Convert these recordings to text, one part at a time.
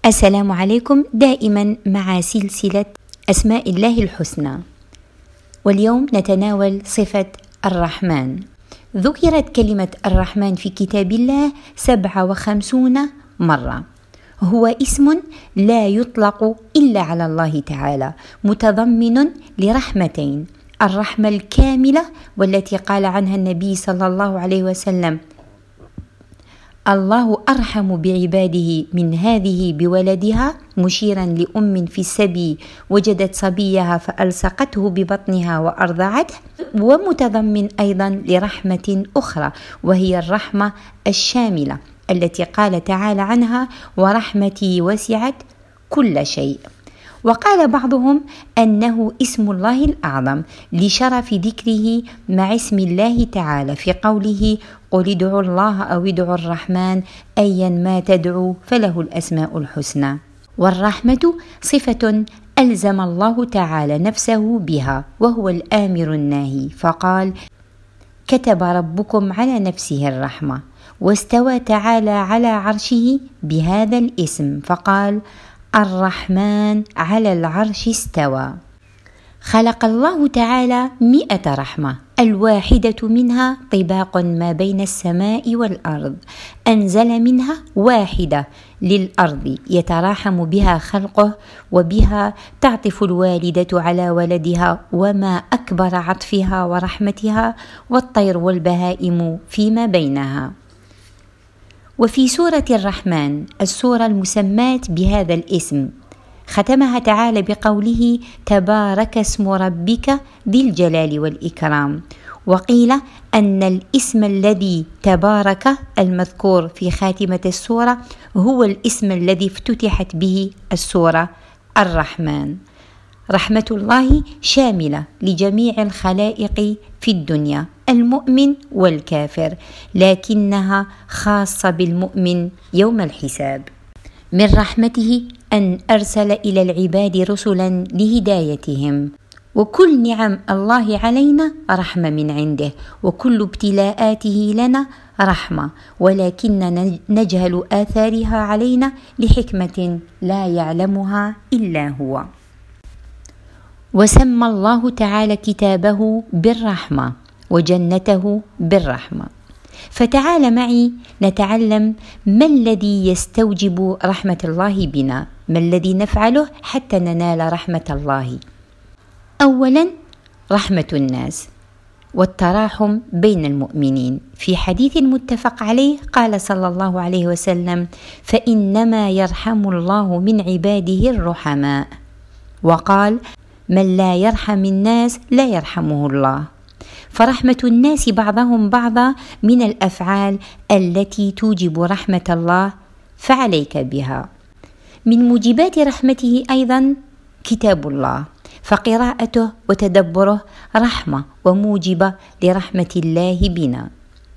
السلام عليكم، دائما مع سلسلة أسماء الله الحسنى، واليوم نتناول صفة الرحمن. ذكرت كلمة الرحمن في كتاب الله 57 مرة. هو اسم لا يطلق إلا على الله تعالى، متضمن لرحمتين: الرحمة الكاملة والتي قال عنها النبي صلى الله عليه وسلم: الله أرحم بعباده من هذه بولدها، مشيرا لأم في السبي وجدت صبيها فألصقته ببطنها وأرضعته. ومتضمن أيضا لرحمة أخرى وهي الرحمة الشاملة التي قال تعالى عنها: ورحمتي وسعت كل شيء. وقال بعضهم أنه اسم الله الأعظم لشرف ذكره مع اسم الله تعالى في قوله: قل ادعوا الله أو ادعوا الرحمن أيا ما تدعوا فله الأسماء الحسنى. والرحمة صفة ألزم الله تعالى نفسه بها، وهو الآمر الناهي، فقال: كتب ربكم على نفسه الرحمة. واستوى تعالى على عرشه بهذا الاسم، فقال: الرحمن على العرش استوى. خلق الله تعالى 100 رحمة، الواحدة منها طباق ما بين السماء والأرض، أنزل منها واحدة للأرض يتراحم بها خلقه، وبها تعطف الوالدة على ولدها، وما أكبر عطفها ورحمتها، والطير والبهائم فيما بينها. وفي سورة الرحمن، السورة المسماة بهذا الاسم، ختمها تعالى بقوله: تبارك اسم ربك ذي الجلال والإكرام. وقيل أن الاسم الذي تبارك المذكور في خاتمة السورة هو الاسم الذي افتتحت به السورة، الرحمن. رحمة الله شاملة لجميع الخلائق في الدنيا، المؤمن والكافر، لكنها خاصة بالمؤمن يوم الحساب. من رحمته أن أرسل إلى العباد رسلا لهدايتهم. وكل نعم الله علينا رحمة من عنده، وكل ابتلاءاته لنا رحمة، ولكننا نجهل آثارها علينا لحكمة لا يعلمها إلا هو. وسمى الله تعالى كتابه بالرحمة وجنته بالرحمة. فتعال معي نتعلم ما الذي يستوجب رحمة الله بنا، ما الذي نفعله حتى ننال رحمة الله. أولا، رحمة الناس والتراحم بين المؤمنين. في حديث متفق عليه قال صلى الله عليه وسلم: فإنما يرحم الله من عباده الرحماء. وقال: من لا يرحم الناس لا يرحمه الله. فرحمة الناس بعضهم بعضا من الأفعال التي توجب رحمة الله، فعليك بها. من موجبات رحمته أيضا كتاب الله، فقراءته وتدبره رحمة وموجبة لرحمة الله بنا.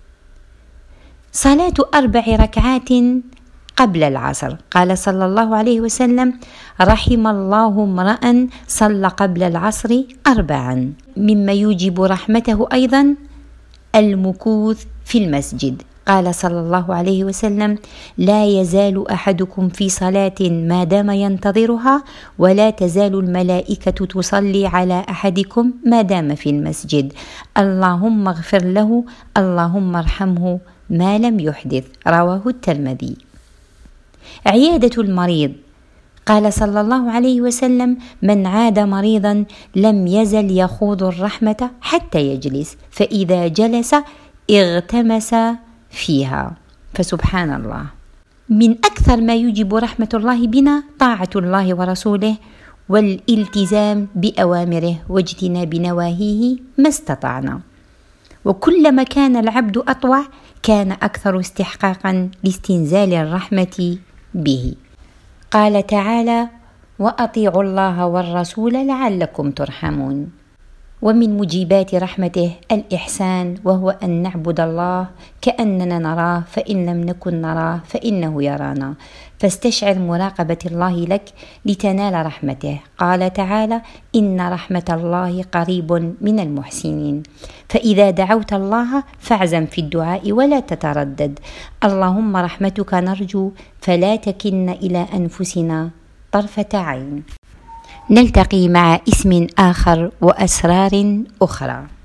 صلاة 4 ركعات قبل العصر، قال صلى الله عليه وسلم: رحم الله امرأ صلى قبل العصر 4. مما يوجب رحمته أيضا المكوث في المسجد، قال صلى الله عليه وسلم: لا يزال أحدكم في صلاة ما دام ينتظرها، ولا تزال الملائكة تصلي على أحدكم ما دام في المسجد، اللهم اغفر له، اللهم ارحمه ما لم يحدث. رواه الترمذي. عيادة المريض، قال صلى الله عليه وسلم: من عاد مريضا لم يزل يخوض الرحمة حتى يجلس، فإذا جلس اغتمس فيها. فسبحان الله. من أكثر ما يوجب رحمة الله بنا طاعة الله ورسوله، والالتزام بأوامره واجتناب نواهيه ما استطعنا. وكلما كان العبد أطوع كان أكثر استحقاقا لاستنزال الرحمة به. قال تعالى: وأطيعوا الله والرسول لعلكم ترحمون. ومن مجيبات رحمته الإحسان، وهو أن نعبد الله كأننا نراه، فإن لم نكن نراه فإنه يرانا. فاستشعر مراقبة الله لك لتنال رحمته. قال تعالى: إن رحمة الله قريب من المحسنين. فإذا دعوت الله فاعزم في الدعاء ولا تتردد. اللهم رحمتك نرجو فلا تكلن إلى أنفسنا طرفة عين. نلتقي مع اسم آخر وأسرار أخرى.